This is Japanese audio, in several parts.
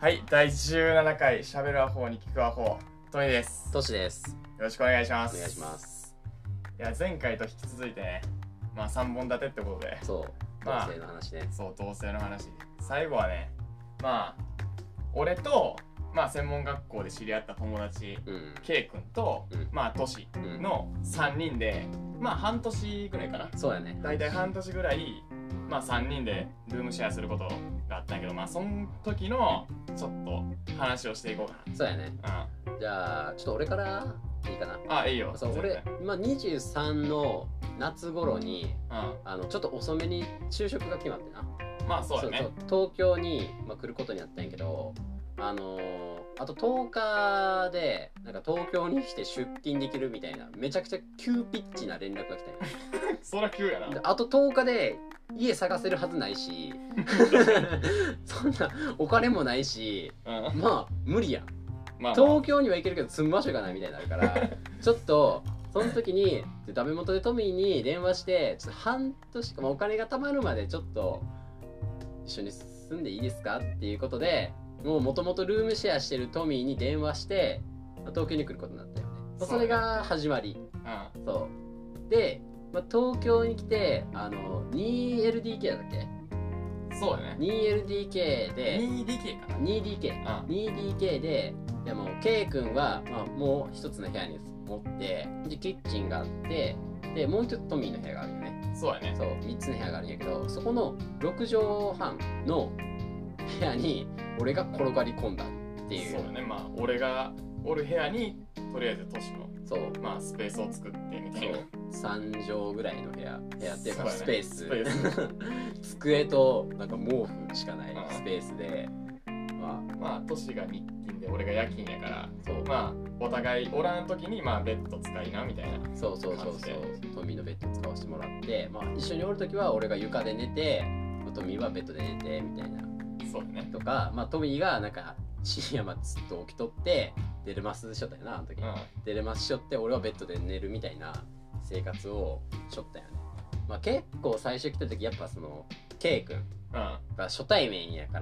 はい、第17回しゃべるアホに聞くアホ、トイです。 トシです。 よろしくお願いします。 お願いします。 いや、前回と引き続いてね、まあ3本立てってことで、 そう、同性の話ね。 そう、同性の話。最後はね、まあ俺と、まあ専門学校で知り合った友達、K 君と、まあトシの3人で、まあ半年ぐらいかな。 そうやね。 だいたい半年ぐらい、まあ3人でルームシェアすることがあったんやけど、まあその時のちょっと話をしていこうかな。そうやね。じゃあちょっと俺からいいかな。 あ、いいよ。 そう、俺今23の夏頃に、ちょっと遅めに就職が決まってな。 まあそうやね。 東京に、来ることになったんやけど、あと10日でなんか東京に来て出勤できるみたいなめちゃくちゃ急ピッチな連絡が来たんや。 そら急やな。 あと10日で家探せるはずないしそんなお金もないし、まあ無理やん。東京には行けるけど住む場所がないみたいになるからちょっとその時にダメ元でトミーに電話してちょっと半年お金が貯まるまでちょっと一緒に住んでいいですかっていうことで、もともとルームシェアしてるトミーに電話して東京に来ることになったよね。それが始まり。そうで、東京に来て2LDK だっけ。 そうだね。 2LDK で 2DK かな。 2DK で、でも K 君は、もう一つの部屋に持ってでキッチンがあってでもう一つトミーの部屋があるよね。 そうやね。 そう3つの部屋があるんやけど、そこの6畳半の部屋に俺が転がり込んだっていう。 そうだね。まあ俺がおる部屋にとりあえずトシのまあスペースを作ってみたいな。 3畳ぐらいの部屋っていうかスペース机となんか毛布しかないスペースで、 まあトシが日勤で俺が夜勤やから、まあお互いおらん時にまあベッド使いなみたいな。 そうトミーのベッド使わせてもらって、一緒におる時は俺が床で寝てトミーはベッドで寝てみたいな。 そうね。 とか、トミーがなんか深夜までずっと起きとってデレマスしょったよな、あの時。デレマスしょって俺はベッドで寝るみたいな生活をしょったよね。結構最初来た時やっぱその K 君が初対面やから、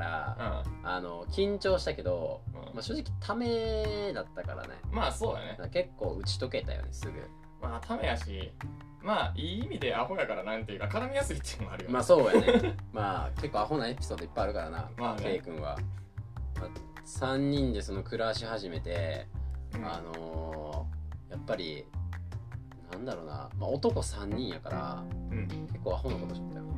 緊張したけど、正直ためだったからね。 まあそうだね。 結構打ち解けたよね、すぐ。 まあためやし、いい意味でアホやからなんていうか絡みやすいっていうのもあるよね。 そうやね。結構アホなエピソードいっぱいあるからな、K 君は。3人でその暮らし始めて、やっぱりなんだろうな、男3人やから、結構アホなことしちゃったよ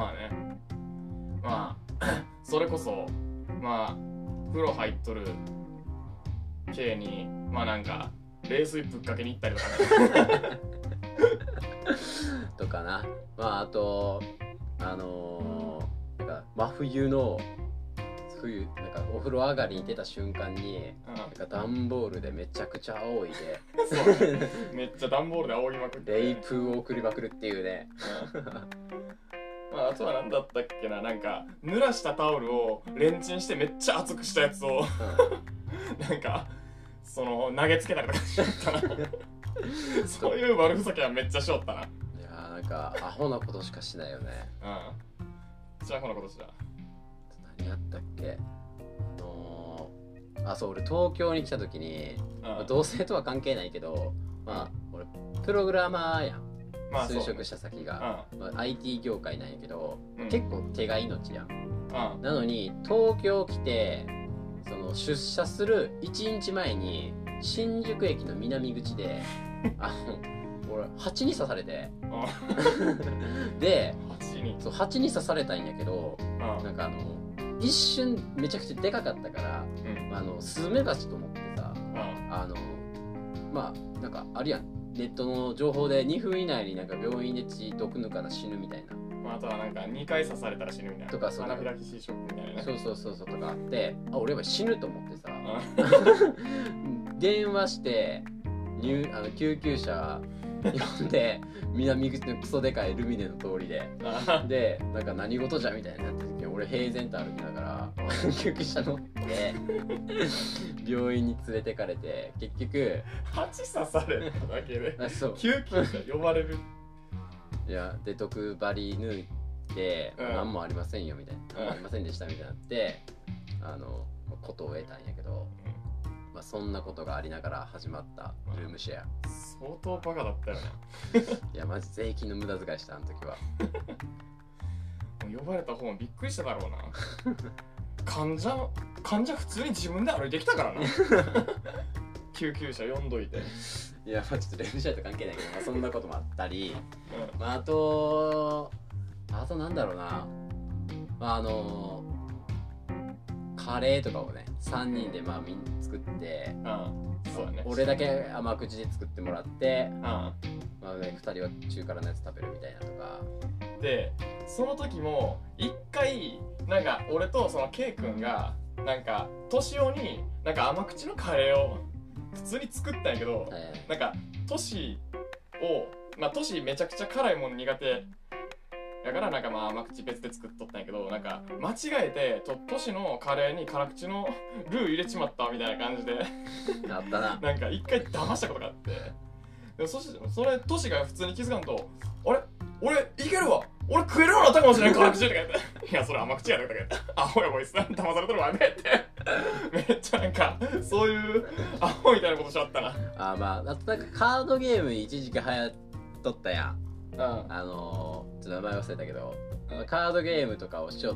ね。 それこそ風呂入っとる K になんか冷水ぶっかけに行ったりとかねとかな。あとなんか真冬のなんかお風呂上がりに出た瞬間に、なんか段ボールでめちゃくちゃ仰いでそうね、めっちゃ段ボールで仰ぎまくって、 レイプを送りまくるっていうね。 あとは何だったっけな、なんか濡らしたタオルをレンチンしてめっちゃ熱くしたやつをなんかその投げつけたりとかしよったなそういう悪ふざけはめっちゃしよったな。いやー、なんかアホなことしかしないよね。 じゃあアホなことした。 何やったっけ。そう、俺東京に来た時に、同性とは関係ないけど、俺プログラマーやん。就職した先が、IT 業界なんやけど、結構手が命やん。なのに東京来てその出社する1日前に新宿駅の南口で俺蜂に刺されてで蜂に刺されたんやけど、なんか一瞬めちゃくちゃでかかったから、スズメバチと思ってさ、なんかあるやん、ネットの情報で2分以内になんか病院で血毒抜かな死ぬみたいな、 あとはなんか2回刺されたら死ぬみたいなとか、アナフィラキシーショックみたいなね。 そうとかあって、俺は死ぬと思ってさ電話して救急車呼んで南口のクソでかいルミネの通りでなんか何事じゃみたいになった時に俺平然と歩きながら救急車乗って病院に連れてかれて、結局蜂刺されただけでそう救急車呼ばれる。 いやで毒針抜いて、何もありませんよみたいな、何もありませんでしたみたいになって、 ことを得たんやけど、まあ、そんなことがありながら始まったルームシェア。 相当バカだったよね。 いやマジ税金の無駄遣いしたあの時は。 呼ばれた方もびっくりしただろうな。患者普通に自分で歩いてきたからな。救急車呼んどいて。 いやまあちょっとルームシェアと関係ないけど、まあ、そんなこともあったり、まあ、あとなんだろうな、まあカレーとかをね3人でまあみんな作って、 そうだね、 俺だけ甘口で作ってもらって、 まあね、2人は中辛のやつ食べるみたいなとかで、その時も一回なんか俺とその K 君がなんか年男になんか甘口のカレーを普通に作ったんやけど、なんか年めちゃくちゃ辛いもん苦手だからなんかまあ甘口別で作っとったんやけど、なんか間違えて年のカレーに辛口のルー入れちまったみたいな感じであったな。 なんか一回騙したことがあって、でもそれ年が普通に気づかんと、あれ俺いけるわ、俺食えるようになったかもしれん辛口とか言っていやそれ甘口やでとか言ってアホやこいつ騙されとるわやめってめっちゃなんかそういうアホみたいなことしちゃったな。 まああとなんかカードゲーム一時期流行っとったやん。ちょっと名前忘れたけど、カードゲームとかをしよって、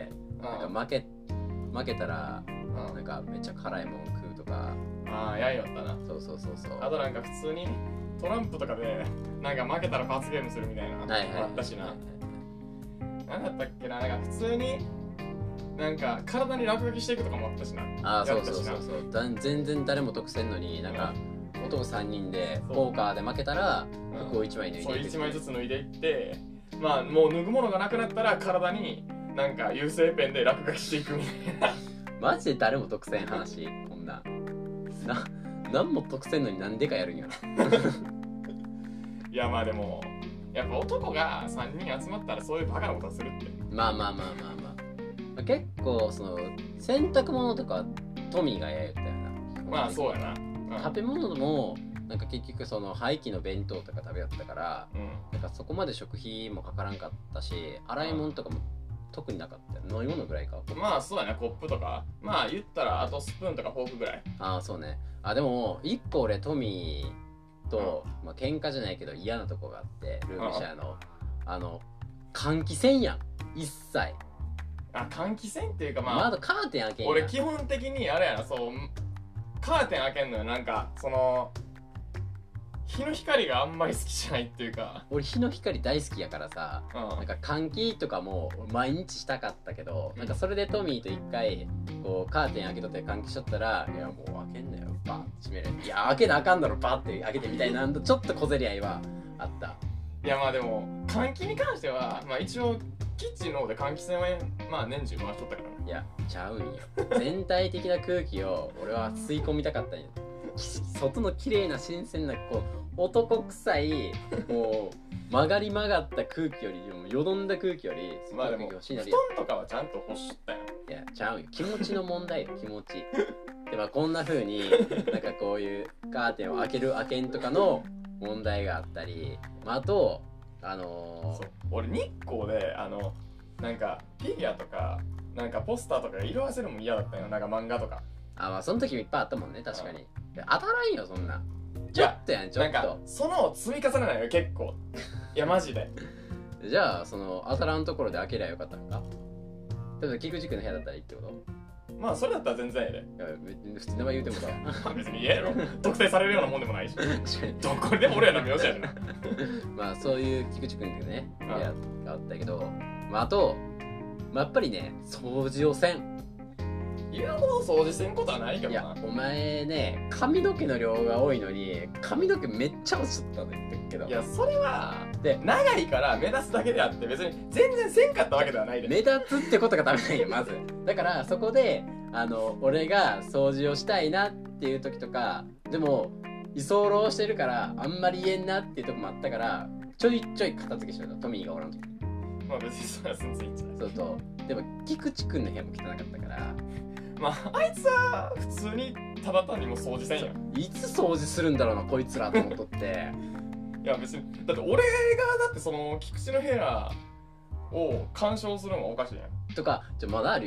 なんか負けたら、なんかめっちゃ辛いもん食うとか。 やんよったな。 そう。 あとなんか普通にトランプとかでなんか負けたら罰ゲームするみたいなのあったしな。なんだったっけな、なんか普通になんか体に落書きしていくとかもあったしな。 そう全然誰も得せんのになんか男3人でポーカーで負けたら服を1枚脱いでいく。 そう1枚ずつ脱いでいって、まあもう脱ぐものがなくなったら体になんか油性ペンで落書きしていくみたいな。 マジで誰も得せん話こんな。何も得せんのになんでかやるんやろ。 いやまあでもやっぱ男が3人集まったらそういうバカなことはするって。 まあ結構その洗濯物とかトミーがやったよな。 まあそうやな。 食べ物もなんか結局その廃棄の弁当とか食べよったから、なんかそこまで食費もかからんかったし、洗い物とかも特になかったよ。飲み物ぐらいか。 まあそうだね、コップとかまあ言ったらあとスプーンとかフォークぐらい。 そうね。でも1個俺トミーと、まあ喧嘩じゃないけど嫌なとこがあって、ルームシェアの換気せんやん一切。 換気扇っていうかまああとカーテン開けんやん。 俺基本的にあれやな、そうカーテン開けんのよ。なんかその日の光があんまり好きじゃないっていうか、 俺日の光大好きやからさ、なんか換気とかも毎日したかったけど、なんかそれでトミーと一回こうカーテン開けとって換気しとったら、いやもう開けんなよバーって閉める、いや開けなあかんだろバーって開けてみたいな、ちょっと小競り合いはあった。 いやまあでも換気に関してはまあ一応キッチンの方で換気扇はまあ年中回しとったから。 いやちゃうんよ。全体的な空気を俺は吸い込みたかったんよ。外の綺麗な新鮮なこう男臭いもう曲がり曲がった空気よりもよどんだ空気よりまあでも布団とかはちゃんと干しとったよ。 いやちゃうんよ、気持ちの問題よ気持ちで。まあこんな風になんかこういうカーテンを開ける開けんとかの問題があったり、あとそう俺日光でなんかフィギュアとかなんかポスターとか色あせるのも嫌だったよ。なんか漫画とかまあその時もいっぱいあったもんね確かに。当たらんよそんな。ちょっとやんちょっと。 なんかその積み重ねないよ結構。いやマジで。 じゃあその当たらんところで開けりゃよかったのか。例えば菊池君の部屋だったらいいってこと？ まあそれだったら全然ええで。普通に名前言うてもさ別に嫌やろ。特定されるようなもんでもないし。どこでも俺らの名字やでな。 まあそういう菊池君のね部屋があったけど、あと、やっぱりね掃除をせん。 言うほど掃除せんことはないけどな。 いやお前ね髪の毛の量が多いのに髪の毛めっちゃ落ちとったの言ってるけど。 いやそれはで長いから目立つだけであって別に全然せんかったわけではないで。 目立つってことがダメないよまず。だからそこで俺が掃除をしたいなっていう時とかでも居候してるからあんまり言えんなっていうとこもあったからちょいちょい片付けしてたトミーがおらん時。 まあ別にそれは全然いいんじゃない。 そうでも菊池くんの部屋も汚かったからまああいつは普通にただ単にもう掃除せんやん。 いつ掃除するんだろうなこいつらと思っとっていや別にだって俺がだってその菊池の部屋を干渉するのはおかしいやんとかまだあるよ。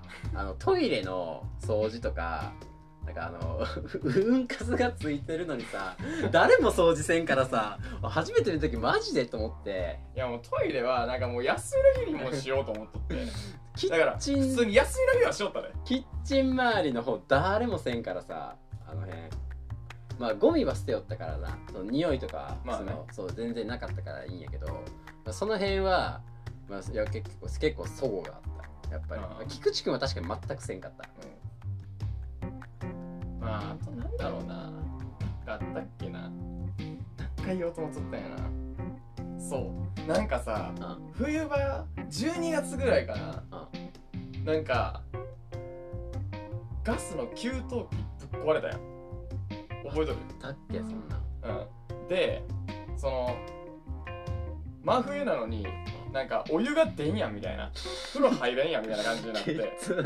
トイレの掃除とかなんかうんかすがついてるのにさ誰も掃除せんからさ初めて見た時マジでと思って。 いやもうトイレはなんかもう休みの日にもしようと思っとってだから普キッチン通に休みの日はしよったね。 キッチン周りの方誰もせんからさ辺まあゴミは捨てよったからな、その匂いとか、 まあね、 そう全然なかったからいいんやけど、まあ、その辺は、まあ、いや結構齟齬があったやっぱり。菊池君は確かに全くせんかった、 まああとなんだろうなあったっけな、何回言おうと思っとったんやな。そうなんかさ、冬場12月ぐらいかな、なんかガスの給湯器ぶっ壊れたやん。覚えとる？ だっけそんな。 でその真冬なのになんかお湯が出んやんみたいな、風呂入れんやんみたいな感じになって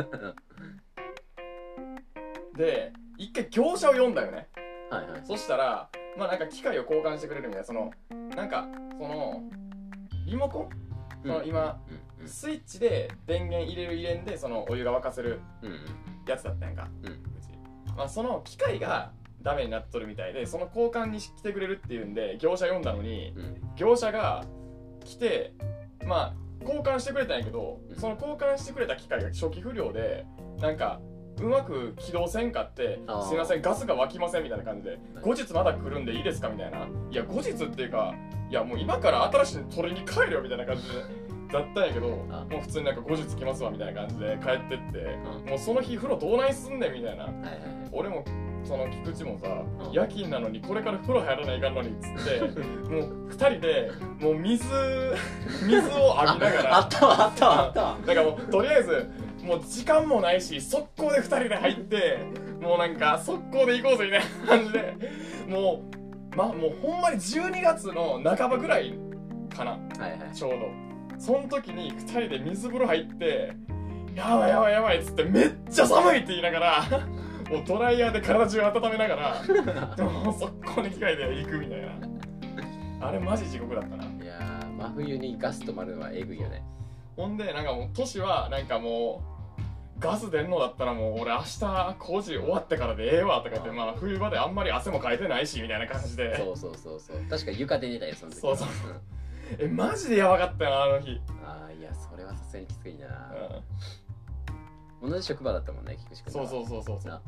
で一回業者を呼んだよね。 はいはい。 そしたらまあなんか機械を交換してくれるみたいな、そのなんかそのリモコン、その今、スイッチで電源入れる入れんでそのお湯が沸かせるやつだったやんか、うち。まあその機械がダメになっとるみたいで、その交換に来てくれるっていうんで業者呼んだのに、業者が来てまあ交換してくれたんやけど、その交換してくれた機械が初期不良でなんかうまく起動せんかって「すいませんガスが湧きません」みたいな感じで「後日まだ来るんでいいですか?」みたいな。いや後日っていうか、いやもう今から新しいの取りに帰るよみたいな感じでだったんやけど、もう普通になんか後日来ますわみたいな感じで帰ってって、もうその日風呂どうないすんねんみたいな。俺もその菊池もさ、夜勤なのにこれから風呂入らないかんのにっつってもう2人でもう水を浴びながらあったわなんかもうとりあえずもう時間もないし速攻で2人で入ってもうなんか速攻で行こうぜみたいな感じでもうほんまに12月の半ばぐらいかな、ちょうどその時に2人で水風呂入ってやばいやばいやばいっつってめっちゃ寒いって言いながらもうドライヤーで体中温めながらでも速攻に機械で行くみたいな。あれマジ地獄だったな。 いやー真冬にガス止まるのはえぐいよね。 ほんでなんかもう都市はなんかもうガス出んのだったらもう俺明日工事終わってからでええわとか言って、まあ冬場であんまり汗もかいてないしみたいな感じで、 そう確か床で寝たよその時。 そうマジでやばかったよなあの日。 いやそれはさすがにきついな。同じ職場だったもんね菊池君。 そう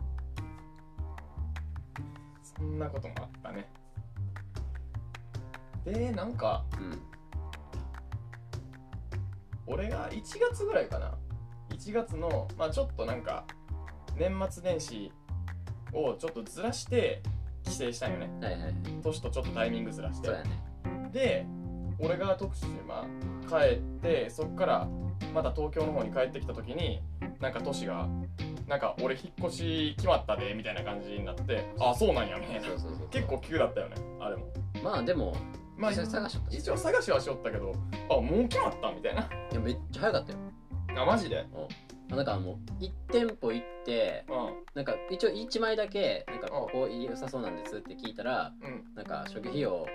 そんなこともあったね。でなんか、俺が1月ぐらいかな、1月のまあちょっとなんか年末年始をちょっとずらして帰省したんよね。年とちょっとタイミングずらして。で俺が徳島帰ってそっからまた東京の方に帰ってきた時になんか都市がなんか俺引っ越し決まったでみたいな感じになって、あそうなんやみたいな。結構急だったよねあれも。 まあでもまあ一応探しはしよったけど、あもう決まったみたいな。いやめっちゃ早かったよ。 あマジで？ なんかもう1店舗行って、なんか一応1枚だけなんかここ良さそうなんですって聞いたら、なんか初期費用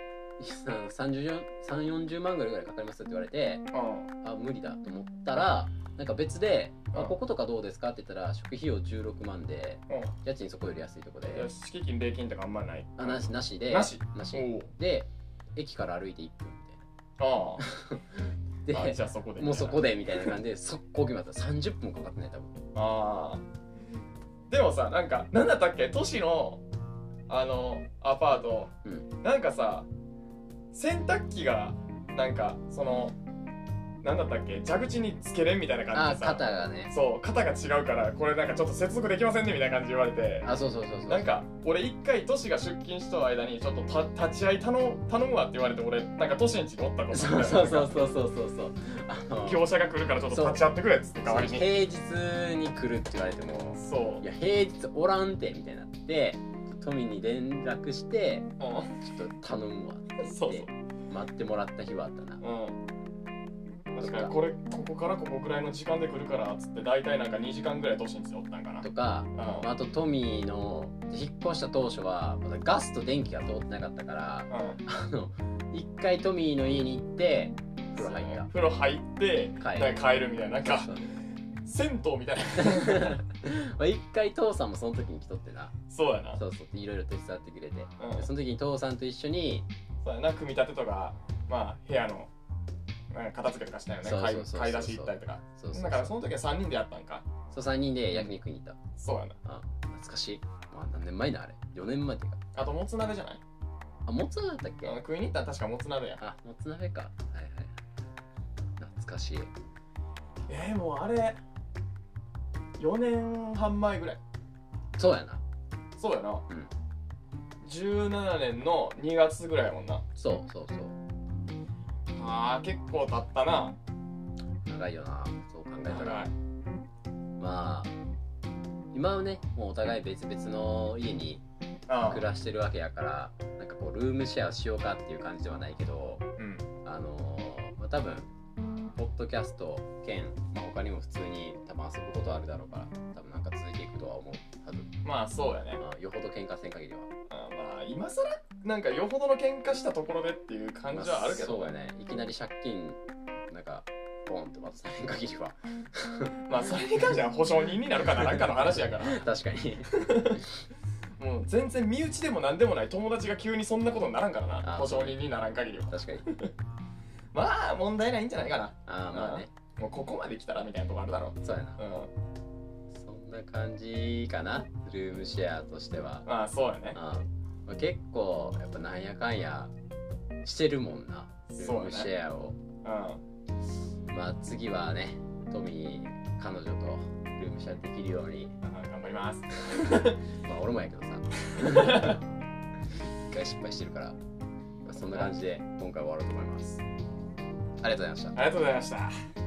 30-40万ぐらいかかりますって言われて、あ無理だと思ったらなんか別でこことかどうですかって言ったら初期費用16万で家賃そこより安いとこで、 敷金礼金とかあんまない。 なしでで駅から歩いて1分みたいな。でじゃあそこでもうそこでみたいな感じで速攻決まった。30分かかってない多分。 でもさなんだったっけ都市のアパート、なんかさ洗濯機がなんかそのなんだったっけ蛇口につけれんみたいな感じでさ、 肩がね、 そう肩が違うからこれなんかちょっと接続できませんねみたいな感じで言われて、 そうなんか俺一回都市が出勤しとる間にちょっと立ち会い頼むわって言われて、俺なんか都市んちにおったことそう業者が来るからちょっと立ち会ってくれっつって代わりに平日に来るって言われても、いや平日おらんてみたいになってトミに連絡してちょっと頼むわって言って待ってもらった日はあったな。 確かにここからここぐらいの時間で来るからっつって大体なんか2時間ぐらい都心におったんかなとか、あとトミーの引っ越した当初はまだガスと電気が通ってなかったから、一回トミーの家に行って風呂入って帰るみたいな、なんか銭湯みたいなまあ一回父さんもその時に来とってな。 そうやな。 そうそう、いろいろ手伝ってくれて、 うんでその時に父さんと一緒に、 そうやな、組み立てとか、まあ部屋の片付けとかしたよね。 そうそうそうそう、 買い出し行ったりとか。 そうそうそう、 だからその時は3人でやったんか。 そう3人で焼肉に行った。 そうやな。 あ、懐かしい。まあ何年前だあれ。4年前っていうか。 あともつ鍋じゃない？ あ、もつ鍋だったっけ？ 食いに行ったら確かもつ鍋や。 あ、もつ鍋か。はいはい。懐かしい。 もうあれ4年半前ぐらい。 そうやな。 そうやな。 うん。 17年の2月ぐらいやもんな。 そうそうそう。 あー結構経ったな。 長いよな、そう考えた長ら。 い。 まあ今はね、もうお互い別々の家にあ暮らしてるわけやから、なんかこうルームシェアしようかっていう感じではないけど、 うんまあ、多分ポッドキャスト兼、まあ、他にも普通に多分遊ぶことあるだろうから、多分なんか続いていくとは思うはず。 まあそうやね。 まあ、よほど喧嘩せん限りは。 まあ今更なんかよほどの喧嘩したところでっていう感じはあるけど、 まあ、そうやね。いきなり借金なんかボンって渡さへん限りはまあそれに関しては保証人になるかならんかの話やから確かにもう全然身内でも何でもない友達が急にそんなことにならんからな、 あ保証人にならん限りは。 確かにまあ問題ないんじゃないかな。 まあね、 もうここまで来たらみたいなとこあるだろう。 そうやな、そんな感じかな、ルームシェアとしては。 まあそうやね。 まあ、結構やっぱなんやかんやしてるもんな、ルームシェアを。まあ次はね、トミー彼女とルームシェアできるように頑張りますまあ俺もやけどさ一回失敗してるから、まあ、そんな感じで今回終わろうと思います。ありがとうございました。 ありがとうございました。